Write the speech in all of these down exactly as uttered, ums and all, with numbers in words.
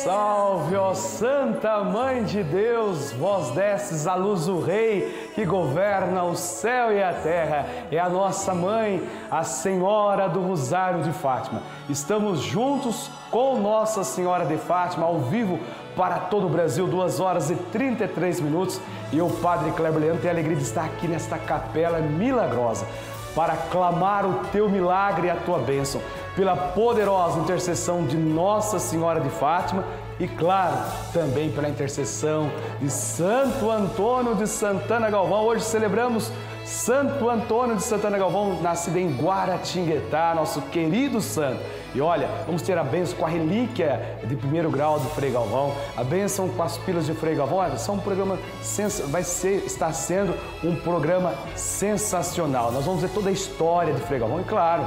Salve, ó Santa Mãe de Deus, vós destes à luz o Rei que governa o céu e a terra. É a nossa mãe, a Senhora do Rosário de Fátima. Estamos juntos com Nossa Senhora de Fátima, ao vivo para todo o Brasil, duas horas e trinta e três minutos. E eu, Padre Kleber Leandro, tenho a alegria de estar aqui nesta capela milagrosa para clamar o teu milagre e a tua bênção, pela poderosa intercessão de Nossa Senhora de Fátima e, claro, também pela intercessão de Santo Antônio de Santana Galvão. Hoje celebramos Santo Antônio de Santana Galvão, nascido em Guaratinguetá, nosso querido santo. E olha, vamos ter a bênção com a relíquia de primeiro grau do Frei Galvão, a bênção com as pílulas de Frei Galvão. Olha, são um programa sens... vai ser, está sendo um programa sensacional. Nós vamos ver toda a história de Frei Galvão e, claro,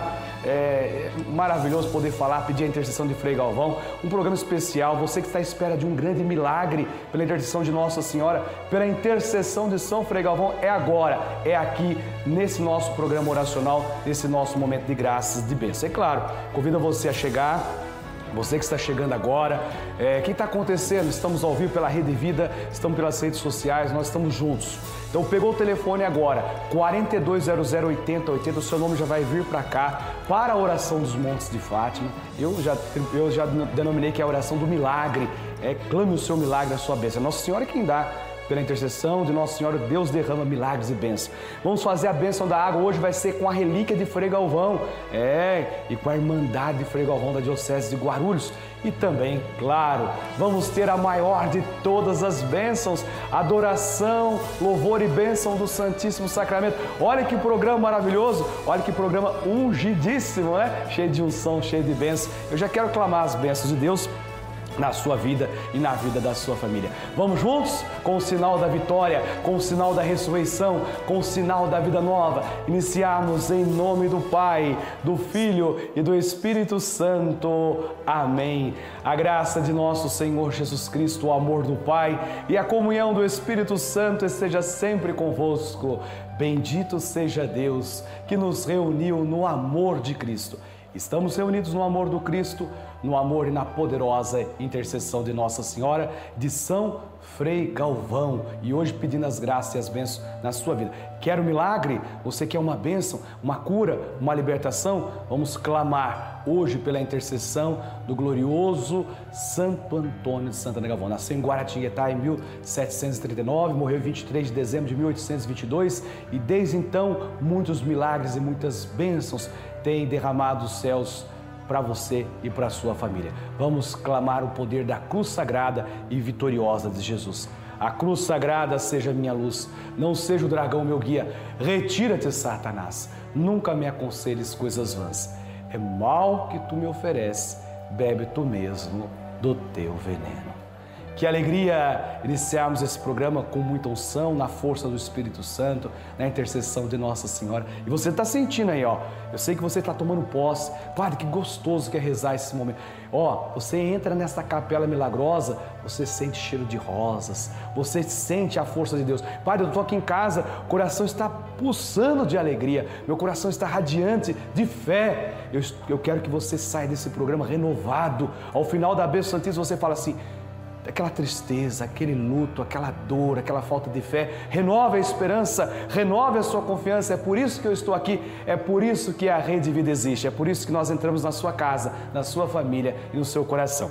é maravilhoso poder falar, pedir a intercessão de Frei Galvão, um programa especial. Você que está à espera de um grande milagre pela intercessão de Nossa Senhora, pela intercessão de São Frei Galvão, é agora, é aqui nesse nosso programa oracional, nesse nosso momento de graças, de bênção. É claro, convido você a chegar. Você que está chegando agora, é, o que está acontecendo? Estamos ao vivo pela Rede Vida, estamos pelas redes sociais, nós estamos juntos. Então pegou o telefone agora, quatro dois zero zero oito zero oito zero, o seu nome já vai vir para cá, para a oração dos Montes de Fátima. Eu já, eu já denominei que é a oração do milagre, é clame o seu milagre, a sua bênção. Nossa Senhora é quem dá. Pela intercessão de Nossa Senhora, Deus derrama milagres e bênçãos. Vamos fazer a bênção da água. Hoje vai ser com a relíquia de Frei Galvão. É, e com a Irmandade de Frei Galvão da Diocese de Guarulhos. E também, claro, vamos ter a maior de todas as bênçãos, adoração, louvor e bênção do Santíssimo Sacramento. Olha que programa maravilhoso, olha que programa ungidíssimo, né? Cheio de unção, cheio de bênçãos. Eu já quero clamar as bênçãos de Deus na sua vida e na vida da sua família. Vamos juntos com o sinal da vitória, com o sinal da ressurreição, com o sinal da vida nova. Iniciarmos em nome do Pai, do Filho e do Espírito Santo. Amém. A graça de nosso Senhor Jesus Cristo, o amor do Pai e a comunhão do Espírito Santo esteja sempre convosco. Bendito seja Deus que nos reuniu no amor de Cristo. Estamos reunidos no amor do Cristo, no amor e na poderosa intercessão de Nossa Senhora de São Frei Galvão. E hoje pedindo as graças e as bênçãos na sua vida. Quer um milagre? Você quer uma bênção, uma cura, uma libertação? Vamos clamar hoje pela intercessão do glorioso Santo Antônio de Santana Galvão. Nasceu em Guaratinguetá em mil setecentos e trinta e nove, morreu em vinte e três de dezembro de mil oitocentos e vinte e dois e desde então muitos milagres e muitas bênçãos têm derramado os céus para você e para a sua família. Vamos clamar o poder da cruz sagrada e vitoriosa de Jesus. A cruz sagrada seja minha luz, não seja o dragão meu guia. Retira-te, Satanás, nunca me aconselhes coisas vãs. É mal que tu me ofereces, bebe tu mesmo do teu veneno. Que alegria iniciarmos esse programa com muita unção, na força do Espírito Santo, na intercessão de Nossa Senhora. E você está sentindo aí, ó. Eu sei que você está tomando posse. Padre, que gostoso que é rezar esse momento. Ó, você entra nessa capela milagrosa, você sente cheiro de rosas, você sente a força de Deus. Padre, eu estou aqui em casa, o coração está pulsando de alegria, meu coração está radiante de fé. Eu, eu quero que você saia desse programa renovado. Ao final da bênção santíssima você fala assim: aquela tristeza, aquele luto, aquela dor, aquela falta de fé, renove a esperança, renove a sua confiança. É por isso que eu estou aqui, é por isso que a Rede Vida existe, é por isso que nós entramos na sua casa, na sua família e no seu coração.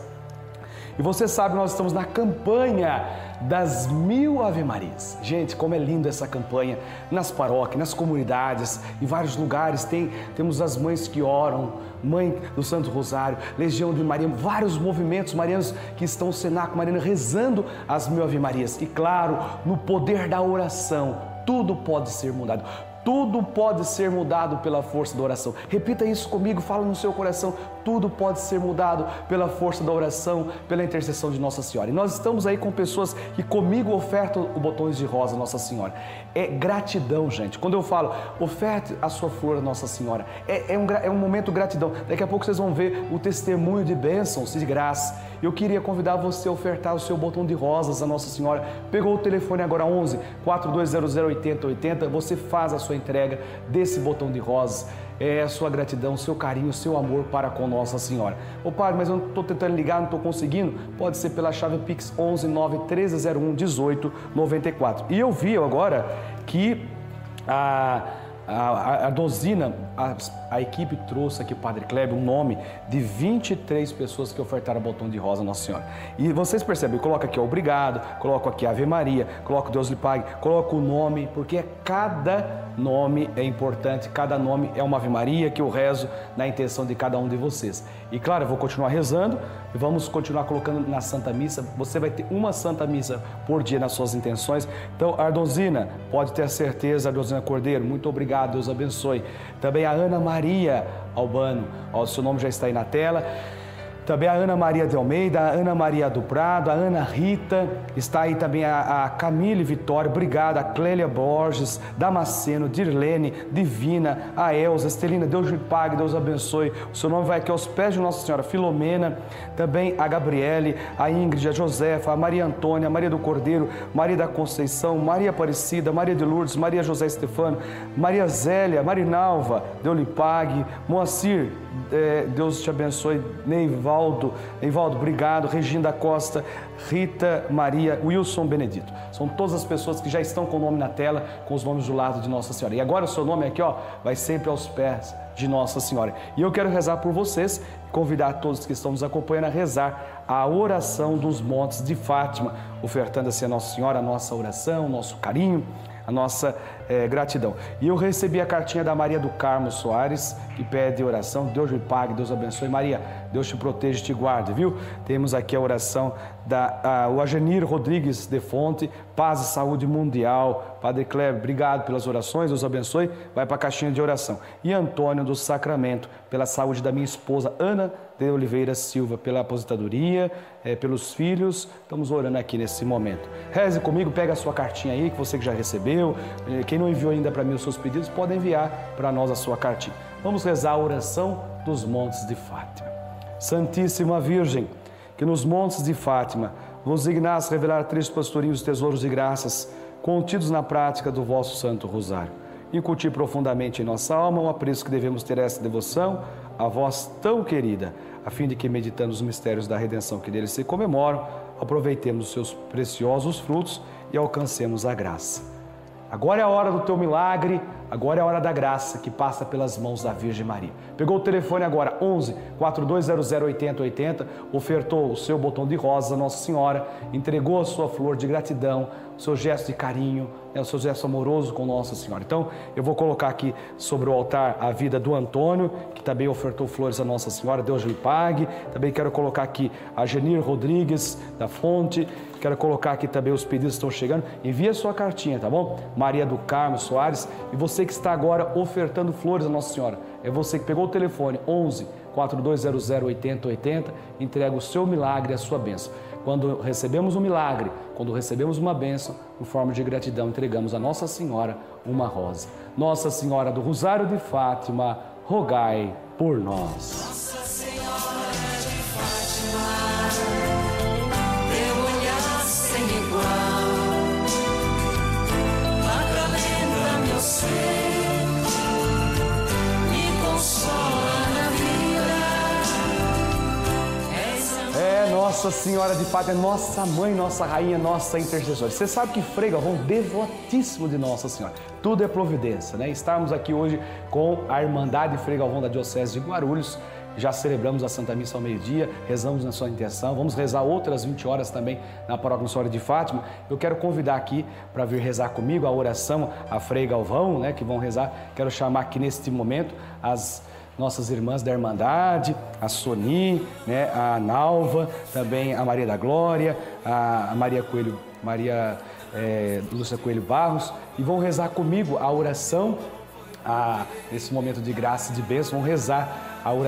E você sabe, nós estamos na campanha das mil Ave-Marias. Gente, como é linda essa campanha, nas paróquias, nas comunidades, em vários lugares, tem, temos as mães que oram, Mãe do Santo Rosário, Legião de Maria, vários movimentos marianos que estão, o Cenáculo Mariano, rezando as mil Ave-Marias. E claro, no poder da oração, tudo pode ser mudado. Tudo pode ser mudado pela força da oração. Repita isso comigo, fala no seu coração. Tudo pode ser mudado pela força da oração, pela intercessão de Nossa Senhora. E nós estamos aí com pessoas que comigo ofertam o botões de rosa Nossa Senhora. É gratidão, gente. Quando eu falo, oferte a sua flor a Nossa Senhora, é, é, um, é um momento de gratidão. Daqui a pouco vocês vão ver o testemunho de bênçãos e de graça. Eu queria convidar você a ofertar o seu botão de rosas a Nossa Senhora. Pegou o telefone agora, onze, quatro dois zero zero oito zero oito zero, você faz a sua entrega desse botão de rosas. é a sua gratidão, o seu carinho, o seu amor para com Nossa Senhora. Ô Padre, mas eu não estou tentando ligar, não estou conseguindo. Pode ser pela chave Pix onze nove treze zero um dezoito noventa e quatro. E eu vi agora que a... A, a dozina, a, a equipe trouxe aqui, Padre Kleber, um nome de vinte e três pessoas que ofertaram botão de rosa Nossa Senhora. E vocês percebem, coloca aqui obrigado, coloco aqui Ave Maria, coloco Deus lhe pague, coloco o nome, porque cada nome é importante, cada nome é uma Ave Maria que eu rezo na intenção de cada um de vocês. E claro, eu vou continuar rezando e vamos continuar colocando na Santa Missa. Você vai ter uma Santa Missa por dia nas suas intenções. Então, Ardozina, pode ter certeza, Ardozina Cordeiro, muito obrigado. Deus abençoe. Também a Ana Maria Albano, o seu nome já está aí na tela. Também a Ana Maria de Almeida, a Ana Maria do Prado, a Ana Rita, está aí também a, a Camille Vitória, obrigada, a Clélia Borges, Damasceno, Dirlene, Divina, a Elza, Estelina, Deus lhe pague, Deus abençoe. O seu nome vai aqui aos pés de Nossa Senhora, Filomena, também a Gabriele, a Ingrid, a Josefa, a Maria Antônia, a Maria do Cordeiro, Maria da Conceição, Maria Aparecida, Maria de Lourdes, Maria José Estefano, Maria Zélia, Marinalva, Deus lhe pague, Moacir, é, Deus te abençoe, Neival, Eivaldo, obrigado, Regina da Costa, Rita Maria, Wilson Benedito. São todas as pessoas que já estão com o nome na tela, com os nomes do lado de Nossa Senhora. E agora o seu nome aqui, ó, vai sempre aos pés de Nossa Senhora. E eu quero rezar por vocês, convidar todos que estão nos acompanhando a rezar a oração dos montes de Fátima, ofertando assim a Nossa Senhora a nossa oração, o nosso carinho, a nossa é, gratidão. E eu recebi a cartinha da Maria do Carmo Soares, que pede oração. Deus lhe pague, Deus abençoe. Maria, Deus te proteja e te guarde, viu? Temos aqui a oração da a, o Agenir Rodrigues de Fonte, paz e saúde mundial. Padre Kleber, obrigado pelas orações, Deus abençoe. Vai para a caixinha de oração. E Antônio do Sacramento, pela saúde da minha esposa Ana de Oliveira Silva, pela aposentadoria, é, pelos filhos. Estamos orando aqui nesse momento. Reze comigo, pega a sua cartinha aí, que você que já recebeu. Quem não enviou ainda para mim os seus pedidos, pode enviar para nós a sua cartinha. Vamos rezar a oração dos montes de Fátima. Santíssima Virgem, que nos montes de Fátima vos dignasse revelar três pastorinhos tesouros e graças contidos na prática do vosso Santo Rosário. Incutir profundamente em nossa alma o apreço que devemos ter essa devoção a vós tão querida, a fim de que, meditando os mistérios da redenção que deles se comemoram, aproveitemos os seus preciosos frutos e alcancemos a graça. Agora é a hora do teu milagre, agora é a hora da graça que passa pelas mãos da Virgem Maria. Pegou o telefone agora, onze, quatro dois zero zero, oito zero oito zero, ofertou o seu botão de rosa, Nossa Senhora, entregou a sua flor de gratidão, o seu gesto de carinho, né, o seu gesto amoroso com Nossa Senhora. Então, eu vou colocar aqui sobre o altar a vida do Antônio, que também ofertou flores a Nossa Senhora, Deus lhe pague. Também quero colocar aqui a Genir Rodrigues da Fonte, quero colocar aqui também os pedidos que estão chegando. Envie a sua cartinha, tá bom? Maria do Carmo Soares. E você que está agora ofertando flores a Nossa Senhora, é você que pegou o telefone onze, quatro dois zero zero, oito zero oito zero, entrega o seu milagre e a sua bênção. Quando recebemos um milagre, quando recebemos uma bênção, em forma de gratidão, entregamos a Nossa Senhora uma rosa. Nossa Senhora do Rosário de Fátima, rogai por nós. Nossa Senhora de Fátima, teu olhar sem igual, acalenta meu ser, me consola na vida. É Nossa Senhora de Fátima, nossa mãe, nossa rainha, nossa intercessora. Você sabe que Frei Galvão, devotíssimo de Nossa Senhora, tudo é providência, né? Estamos aqui hoje com a Irmandade Frei Galvão da Diocese de Guarulhos. Já celebramos a Santa Missa ao meio-dia, rezamos na sua intenção, vamos rezar outras vinte horas também na Paróquia Nossa Senhora de Fátima. Eu quero convidar aqui para vir rezar comigo a oração a Frei Galvão, né, que vão rezar. Quero chamar aqui neste momento as nossas irmãs da Irmandade, a Soni, né, a Nalva, também a Maria da Glória, a Maria Coelho, Maria é, Lúcia Coelho Barros, e vão rezar comigo a oração, a, nesse momento de graça e de bênção, vão rezar a oração.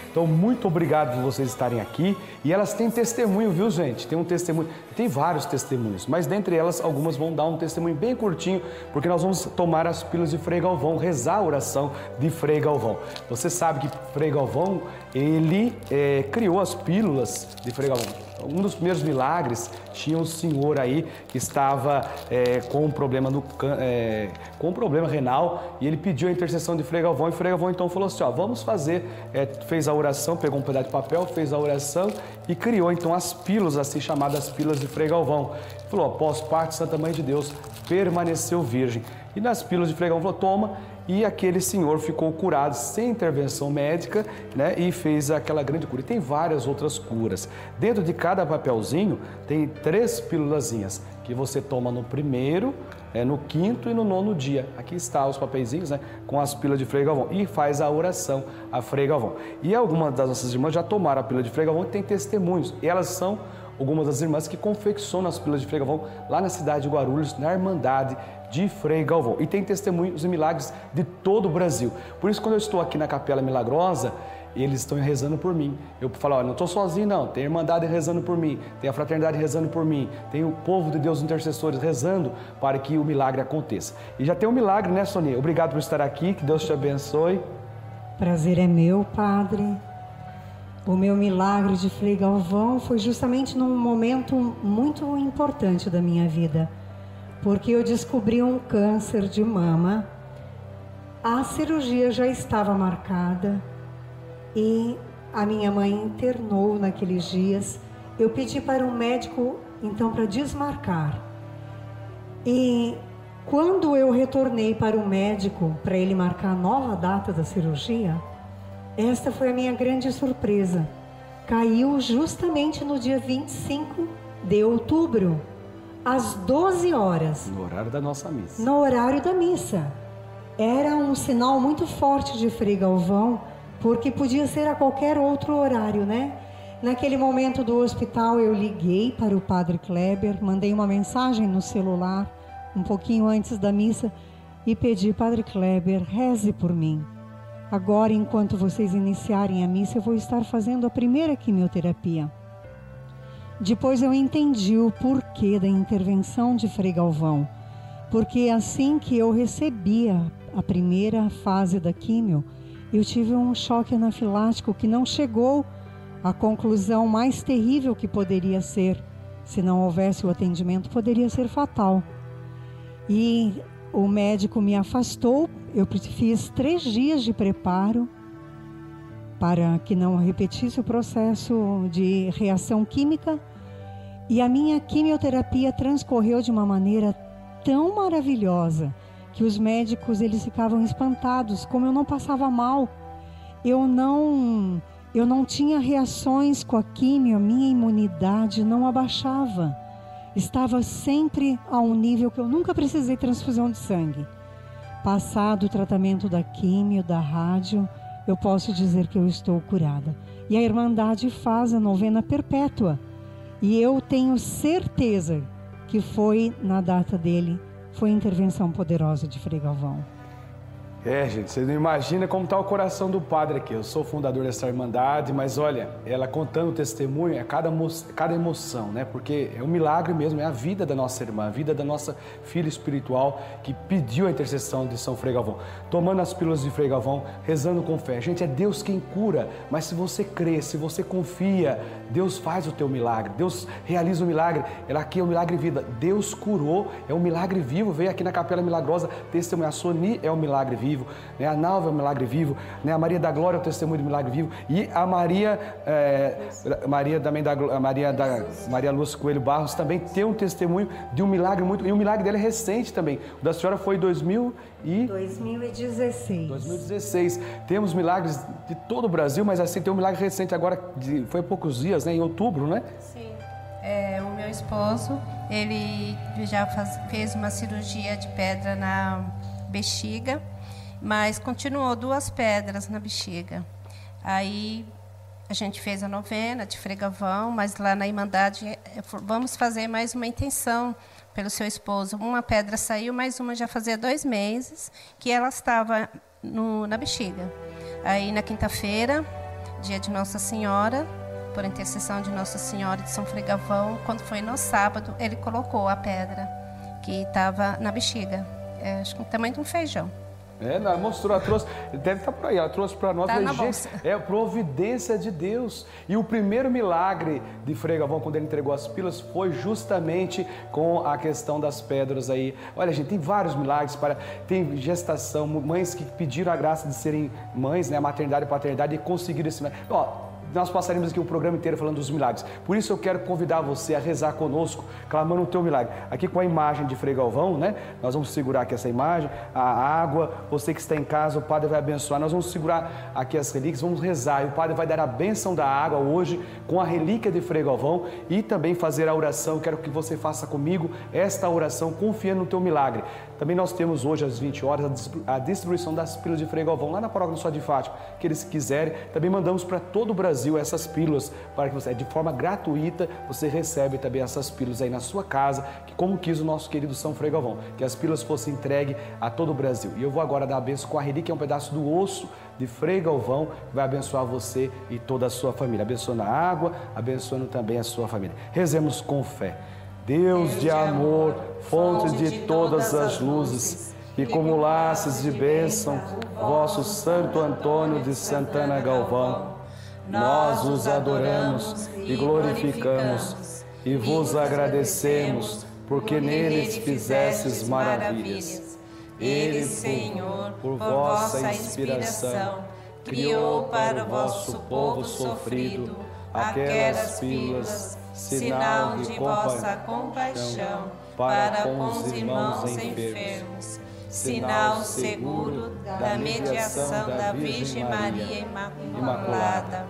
Então, muito obrigado por vocês estarem aqui. E elas têm testemunho, viu, gente? Tem um testemunho, tem vários testemunhos, mas dentre elas, algumas vão dar um testemunho bem curtinho, porque nós vamos tomar as pílulas de Frei Galvão, rezar a oração de Frei Galvão. Você sabe que Frei Galvão, ele é, criou as pílulas de Frei Galvão. Um dos primeiros milagres, tinha um senhor aí que estava é, com um problema no, é, com um problema renal, e ele pediu a intercessão de Frei Galvão, e Frei Galvão então falou assim, ó, vamos fazer, é, fez a oração, pegou um pedaço de papel, fez a oração e criou então as pílulas, assim chamadas pílulas de Frei Galvão. Falou, após parte Santa Mãe de Deus, permaneceu virgem. E nas pílulas de Frei Galvão falou, toma, e aquele senhor ficou curado sem intervenção médica, né, e fez aquela grande cura. E tem várias outras curas. Dentro de cada papelzinho tem três pílulazinhas que você toma no primeiro, é, no quinto e no nono dia. Aqui está os papeizinhos, né, com as pílulas de Frei Galvão, e faz a oração a Frei Galvão. E algumas das nossas irmãs já tomaram a pílula de Frei Galvão e tem testemunhos. E elas são algumas das irmãs que confeccionam as pílulas de Frei Galvão lá na cidade de Guarulhos, na Irmandade de Frei Galvão. E tem testemunhos e milagres de todo o Brasil. Por isso, quando eu estou aqui na Capela Milagrosa, eles estão rezando por mim. Eu falo, olha, não estou sozinho não, tem a Irmandade rezando por mim, tem a Fraternidade rezando por mim, tem o povo de Deus intercessores rezando para que o milagre aconteça. E já tem um milagre, né, Sonia? Obrigado por estar aqui, que Deus te abençoe. Prazer é meu, Padre. O meu milagre de Frei Galvão foi justamente num momento muito importante da minha vida, porque eu descobri um câncer de mama. A cirurgia já estava marcada e a minha mãe internou naqueles dias. Eu pedi para um médico, então, para desmarcar. E quando eu retornei para o médico, para ele marcar a nova data da cirurgia, esta foi a minha grande surpresa. Caiu justamente no dia vinte e cinco de outubro, às doze horas. No horário da nossa missa. No horário da missa. Era um sinal muito forte de Frei Galvão, porque podia ser a qualquer outro horário, né? Naquele momento do hospital, eu liguei para o Padre Kleber, mandei uma mensagem no celular, um pouquinho antes da missa, e pedi, Padre Kleber, reze por mim. Agora, enquanto vocês iniciarem a missa, eu vou estar fazendo a primeira quimioterapia. Depois eu entendi o porquê da intervenção de Frei Galvão, porque assim que eu recebia a primeira fase da quimio, eu tive um choque anafilático que não chegou à conclusão mais terrível que poderia ser. Se não houvesse o atendimento, poderia ser fatal. E o médico me afastou. Eu fiz três dias de preparo para que não repetisse o processo de reação química, e a minha quimioterapia transcorreu de uma maneira tão maravilhosa que os médicos eles ficavam espantados, como eu não passava mal, eu não, eu não tinha reações com a quimio, a minha imunidade não abaixava, estava sempre a um nível que eu nunca precisei transfusão de sangue. Passado o tratamento da químio, da rádio, eu posso dizer que eu estou curada. E a Irmandade faz a novena perpétua. E eu tenho certeza que foi na data dele, foi a intervenção poderosa de Frei Galvão. É, gente, vocês não imaginam como está o coração do padre aqui. Eu sou fundador dessa Irmandade, mas olha, ela contando o testemunho é cada, cada emoção, né? Porque é um milagre mesmo, é a vida da nossa irmã, a vida da nossa filha espiritual que pediu a intercessão de São Frei Galvão. Tomando as pílulas de Frei Galvão, rezando com fé. Gente, é Deus quem cura, mas se você crê, se você confia, Deus faz o teu milagre, Deus realiza o milagre. Ela aqui é um milagre vida. Deus curou, é um milagre vivo. Veio aqui na Capela Milagrosa testemunhar. A Soni é um milagre vivo. Vivo, né? A Nalva é um milagre vivo, né? A Maria da Glória é o testemunho do milagre vivo, e a Maria, é, Maria também da a Maria da Maria Lúcia Coelho Barros também tem um testemunho de um milagre muito, e o milagre dela é recente também. O da senhora foi em dois mil e dois mil e dezesseis. dois mil e dezesseis. Temos milagres de todo o Brasil, mas assim tem um milagre recente agora, de, foi há poucos dias, né? Em outubro, né? Sim. É, o meu esposo, ele já faz, fez uma cirurgia de pedra na bexiga, mas continuou duas pedras na bexiga. Aí a gente fez a novena de Frei Galvão, mas lá na Irmandade vamos fazer mais uma intenção pelo seu esposo. Uma pedra saiu, mais uma já fazia dois meses que ela estava no, na bexiga. Aí na quinta-feira dia de Nossa Senhora, por intercessão de Nossa Senhora de São Fregavão. Quando foi no sábado, ele colocou a pedra que estava na bexiga, é, acho que o tamanho de um feijão. É, ela mostrou, ela trouxe, deve estar por aí, ela trouxe para nós, Tá na gente, bolsa. é providência de Deus. E o primeiro milagre de Frei Galvão, quando ele entregou as pílulas, foi justamente com a questão das pedras aí. Olha, gente, tem vários milagres, para, tem gestação, mães que pediram a graça de serem mães, né, maternidade e paternidade, e conseguiram esse milagre. Ó, nós passaremos aqui o programa inteiro falando dos milagres. Por isso eu quero convidar você a rezar conosco, clamando o teu milagre. Aqui com a imagem de Frei Galvão, né? Nós vamos segurar aqui essa imagem, a água, você que está em casa, o Padre vai abençoar. Nós vamos segurar aqui as relíquias, vamos rezar. E o Padre vai dar a bênção da água hoje com a relíquia de Frei Galvão e também fazer a oração. Eu quero que você faça comigo esta oração, confiando no teu milagre. Também nós temos hoje às vinte horas a distribuição das pílulas de Frei Galvão lá na paróquia do Só de Fátima, que eles quiserem. Também mandamos para todo o Brasil essas pílulas para que você, de forma gratuita, você recebe também essas pílulas aí na sua casa, que como quis o nosso querido São Frei Galvão, que as pílulas fossem entregues a todo o Brasil. E eu vou agora dar a bênção com a relíquia, é um pedaço do osso de Frei Galvão, que vai abençoar você e toda a sua família, abençoando a água, abençoando também a sua família. Rezemos com fé. Deus de amor, fonte de todas as luzes, que cumulastes de bênção vosso Santo Antônio de Santana Galvão, nós vos adoramos e glorificamos e vos agradecemos, porque neles fizestes maravilhas. Ele, Senhor, por vossa inspiração, criou para o vosso povo sofrido aquelas pílulas, sinal de vossa compaixão para com os irmãos enfermos, sinal seguro da mediação da Virgem Maria Imaculada.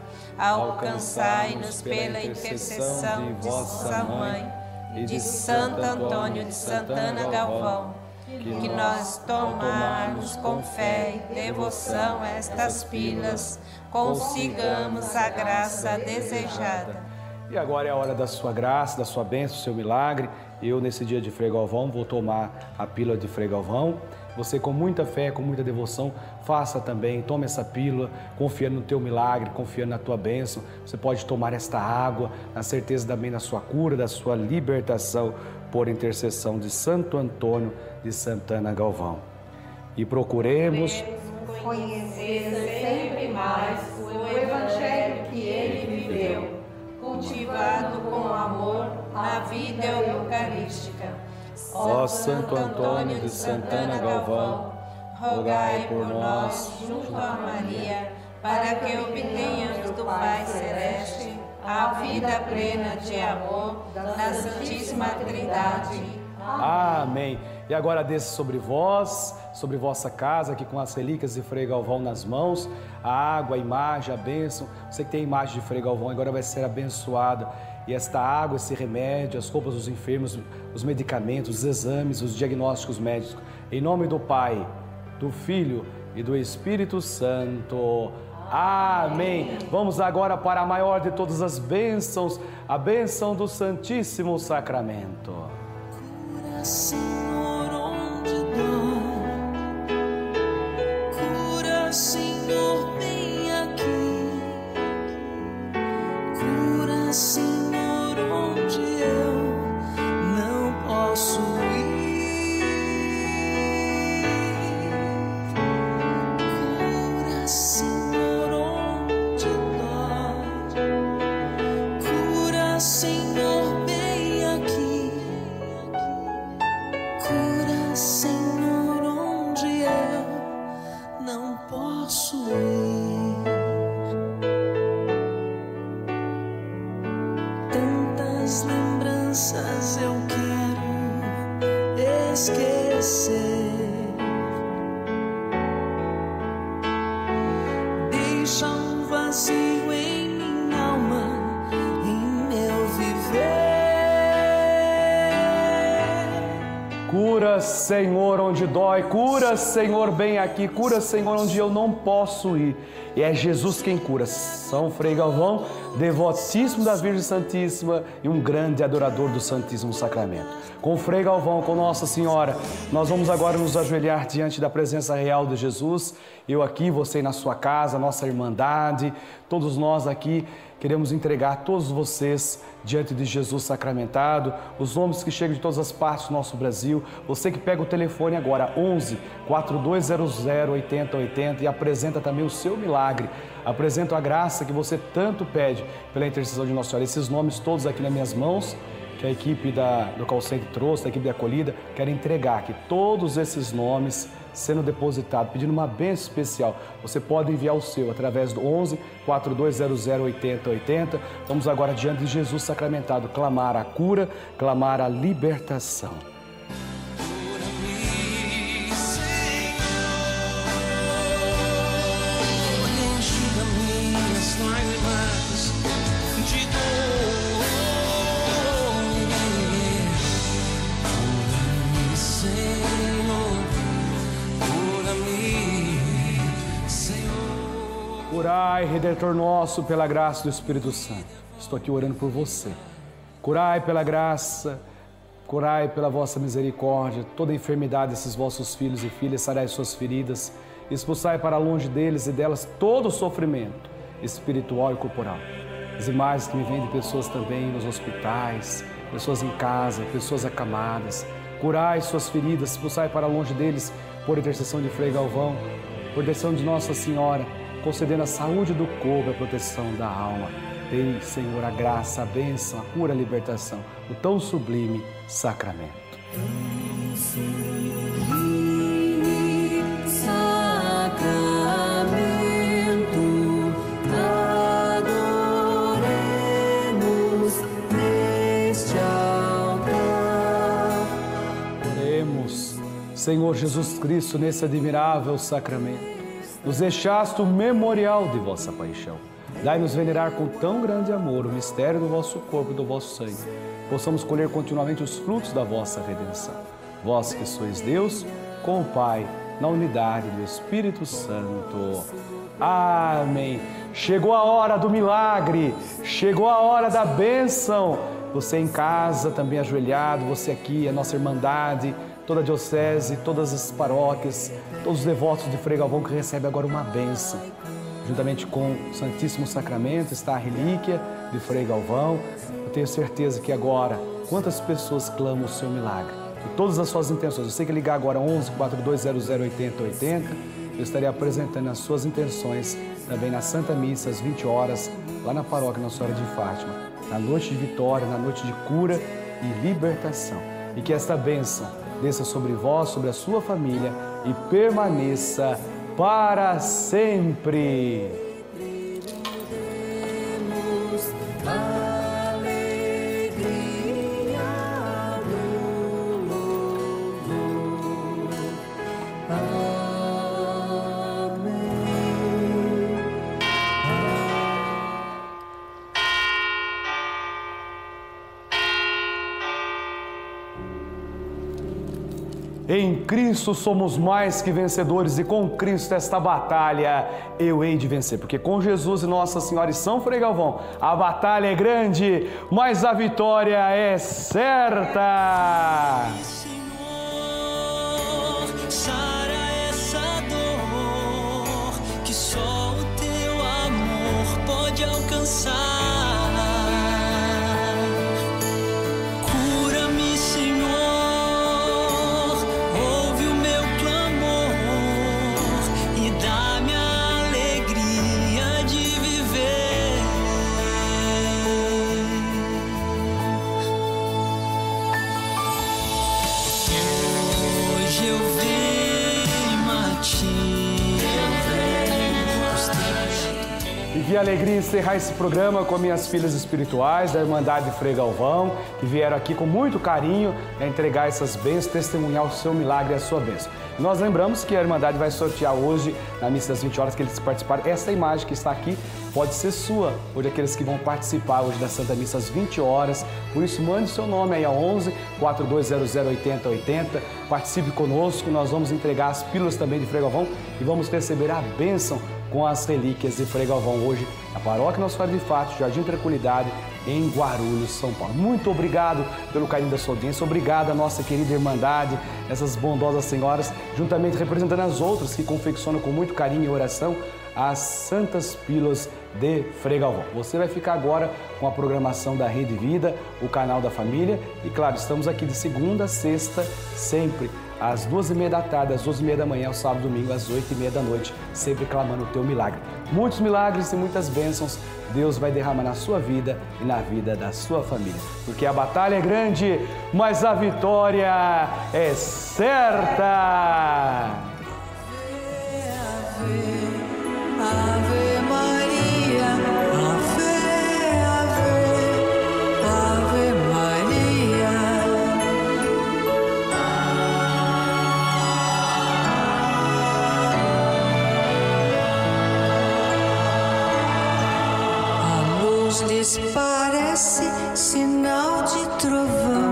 Alcançai-nos pela intercessão de vossa Mãe e de Santo Antônio de Santana Galvão, que nós tomarmos com fé e devoção estas pílulas, consigamos a graça desejada. E agora é a hora da sua graça, da sua bênção, do seu milagre. Eu, nesse dia de Frei Galvão, vou tomar a pílula de Frei Galvão. Você, com muita fé, com muita devoção, faça também, tome essa pílula, confiando no teu milagre, confiando na tua bênção. Você pode tomar esta água, na certeza também da sua cura, da sua libertação, por intercessão de Santo Antônio de Santana Galvão. E procuremos conhecer sempre mais o Evangelho que ele viveu, cultivado com amor na vida eucarística. Ó Santo Antônio de Santana Galvão, rogai por nós junto a Maria, para que obtenhamos do Pai Celeste a vida plena de amor na Santíssima Trindade. Amém. E agora desça sobre vós, sobre vossa casa, aqui com as relíquias de Frei Galvão nas mãos, a água, a imagem, a bênção. Você que tem a imagem de Frei Galvão agora vai ser abençoado. E esta água, esse remédio, as roupas dos enfermos, os medicamentos, os exames, os diagnósticos médicos. Em nome do Pai, do Filho e do Espírito Santo. Amém. Vamos agora para a maior de todas as bênçãos, a bênção do Santíssimo Sacramento. Cura, Senhor, onde dói. Cura, Senhor, vem aqui. Cura, Senhor, onde eu não posso ir. Cura, Senhor, onde dói. Cura, Senhor, vem aqui. Cura, Senhor, onde eu não posso ir. Tantas lembranças eu quero esquecer. Deixa um vazio em minha alma, em meu viver. Cura, Senhor, onde dói. Cura, Senhor, bem aqui. Cura, Senhor, onde eu não posso ir. E é Jesus quem cura. São Frei Galvão, devotíssimo da Virgem Santíssima e um grande adorador do Santíssimo Sacramento. Com Frei Galvão, com Nossa Senhora, nós vamos agora nos ajoelhar diante da presença real de Jesus. Eu aqui, você na sua casa, nossa Irmandade, todos nós aqui queremos entregar todos vocês diante de Jesus sacramentado, os nomes que chegam de todas as partes do nosso Brasil. Você que pega o telefone agora, onze, quatro dois zero zero, oito zero oito zero, e apresenta também o seu milagre, apresenta a graça que você tanto pede pela intercessão de Nossa Senhora. Esses nomes todos aqui nas minhas mãos, que a equipe da, do call center trouxe, da equipe de acolhida, quero entregar aqui todos esses nomes sendo depositados, pedindo uma bênção especial. Você pode enviar o seu através do onze, quatro dois zero zero, oito zero oito zero. Vamos agora diante de Jesus sacramentado, clamar a cura, clamar a libertação. Curai, Redentor nosso, pela graça do Espírito Santo. Estou aqui orando por você. Curai pela graça, curai pela vossa misericórdia, toda a enfermidade desses vossos filhos e filhas, sarai suas feridas, expulsai para longe deles e delas todo o sofrimento espiritual e corporal. As imagens que me vêm de pessoas também nos hospitais, pessoas em casa, pessoas acamadas. Curai suas feridas, expulsai para longe deles, por intercessão de Frei Galvão, por intercessão de Nossa Senhora, concedendo a saúde do corpo, a proteção da alma. Dei, Senhor, a graça, a bênção, a cura, a libertação, o tão sublime sacramento. Sublime sacramento, adoremos neste altar. Oremos, Senhor Jesus Cristo, nesse admirável sacramento. Nos deixaste o memorial de vossa paixão. Dai-nos venerar com tão grande amor o mistério do vosso corpo e do vosso sangue. Possamos colher continuamente os frutos da vossa redenção. Vós que sois Deus, com o Pai, na unidade do Espírito Santo. Amém. Chegou a hora do milagre, chegou a hora da bênção. Você em casa, também ajoelhado, você aqui, a nossa Irmandade, toda a diocese, todas as paróquias, todos os devotos de Frei Galvão que recebem agora uma bênção. Juntamente com o Santíssimo Sacramento está a relíquia de Frei Galvão. Eu tenho certeza que agora, quantas pessoas clamam o seu milagre e todas as suas intenções. Você que ligar agora onze, quatro dois zero zero, oito zero oito zero, eu estarei apresentando as suas intenções também na Santa Missa, às vinte horas, lá na paróquia Nossa Senhora de Fátima, na noite de vitória, na noite de cura e libertação. E que esta bênção desça sobre vós, sobre a sua família e permaneça para sempre. Em Cristo somos mais que vencedores e com Cristo esta batalha eu hei de vencer. Porque com Jesus e Nossa Senhora e São Frei Galvão a batalha é grande, mas a vitória é certa. Senhor, sara essa dor que só o teu amor pode alcançar. E alegria encerrar esse programa com minhas filhas espirituais da Irmandade Frei Galvão, que vieram aqui com muito carinho a entregar essas bênçãos, testemunhar o seu milagre e a sua bênção. E nós lembramos que a Irmandade vai sortear hoje, na missa das vinte horas, que eles participaram. Essa imagem que está aqui pode ser sua, hoje aqueles que vão participar hoje da Santa Missa às vinte horas. Por isso, mande o seu nome aí a onze, quatro dois zero zero, oito zero oito zero. Participe conosco, nós vamos entregar as pílulas também de Frei Galvão e vamos receber a bênção com as relíquias de Frei Galvão hoje na Paróquia Nossa Senhora de Fato, Jardim Tranquilidade, em Guarulhos, São Paulo. Muito obrigado pelo carinho da sua audiência, obrigado à nossa querida Irmandade, essas bondosas senhoras, juntamente representando as outras que confeccionam com muito carinho e oração as Santas Pílulas de Frei Galvão. Você vai ficar agora com a programação da Rede Vida, o canal da família, e claro, estamos aqui de segunda a sexta, sempre às duas e meia da tarde, às duas e meia da manhã, ao sábado e domingo, às oito e meia da noite, sempre clamando o teu milagre. Muitos milagres e muitas bênçãos Deus vai derramar na sua vida e na vida da sua família. Porque a batalha é grande, mas a vitória é certa! Ave Maria, Ave, Ave, Ave Maria. A luz lhes parece sinal de trovão.